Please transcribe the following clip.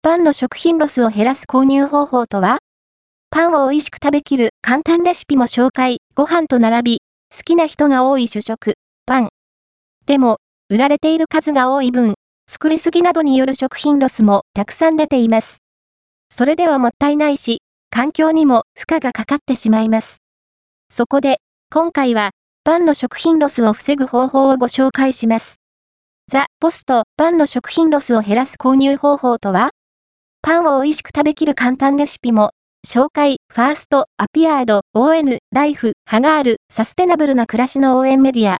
パンの食品ロスを減らす購入方法とは？パンを美味しく食べきる簡単レシピも紹介。ご飯と並び、好きな人が多い主食、パン。でも、売られている数が多い分、作りすぎなどによる食品ロスもたくさん出ています。それではもったいないし、環境にも負荷がかかってしまいます。そこで、今回は、パンの食品ロスを防ぐ方法をご紹介します。ザ・ポスト、パンの食品ロスを減らす購入方法とは？パンを美味しく食べきる簡単レシピも、紹介、ファースト、アピアード、ON、ライフ、ハガール、サステナブルな暮らしの応援メディア、